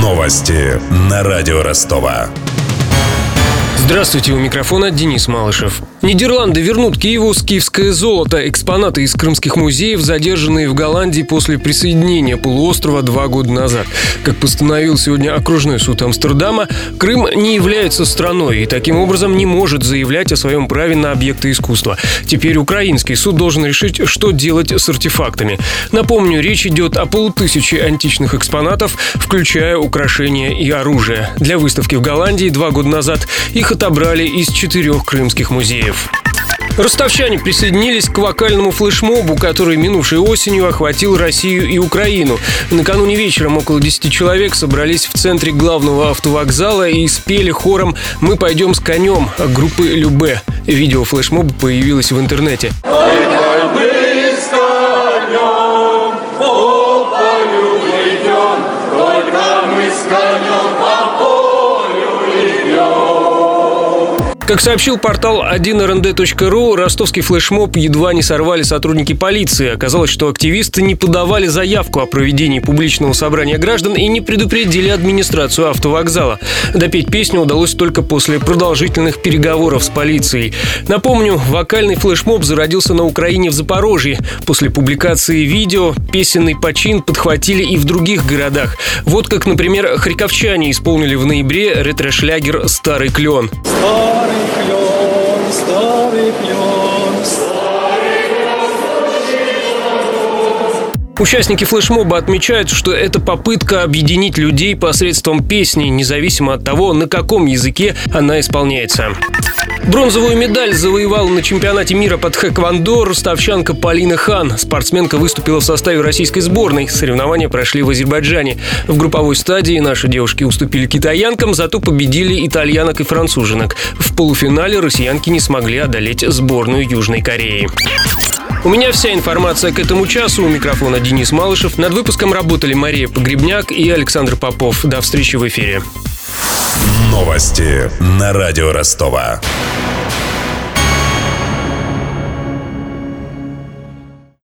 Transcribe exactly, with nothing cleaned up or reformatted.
Новости на радио Ростова. Здравствуйте, у микрофона Денис Малышев. Нидерланды вернут Киеву скифское золото. Экспонаты из крымских музеев, задержанные в Голландии после присоединения полуострова два года назад. Как постановил сегодня окружной суд Амстердама, Крым не является страной и таким образом не может заявлять о своем праве на объекты искусства. Теперь украинский суд должен решить, что делать с артефактами. Напомню, речь идет о полутысяче античных экспонатов, включая украшения и оружие. Для выставки в Голландии два года назад их отобрали из четырех крымских музеев. Ростовчане присоединились к вокальному флешмобу, который минувшей осенью охватил Россию и Украину. Накануне вечером около десяти человек собрались в центре главного автовокзала и спели хором «Мы пойдем с конем» группы Любэ. Видео флешмоба появилось в интернете. Как сообщил портал один эр эн дэ точка ру, ростовский флешмоб едва не сорвали сотрудники полиции. Оказалось, что активисты не подавали заявку о проведении публичного собрания граждан и не предупредили администрацию автовокзала. Допеть песню удалось только после продолжительных переговоров с полицией. Напомню, вокальный флешмоб зародился на Украине в Запорожье. После публикации видео песенный почин подхватили и в других городах. Вот как, например, харьковчане исполнили в ноябре ретро-шлягер «Старый клен». Старый клен, старый клен, старый клен. Участники флешмоба отмечают, что это попытка объединить людей посредством песни, независимо от того, на каком языке она исполняется. Бронзовую медаль завоевала на чемпионате мира по тхэквондо ростовчанка Полина Хан. Спортсменка выступила в составе российской сборной. Соревнования прошли в Азербайджане. В групповой стадии наши девушки уступили китаянкам, зато победили итальянок и француженок. В полуфинале россиянки не смогли одолеть сборную Южной Кореи. У меня вся информация к этому часу. У микрофона Денис Малышев. Над выпуском работали Мария Погребняк и Александр Попов. До встречи в эфире. Новости на радио Ростова.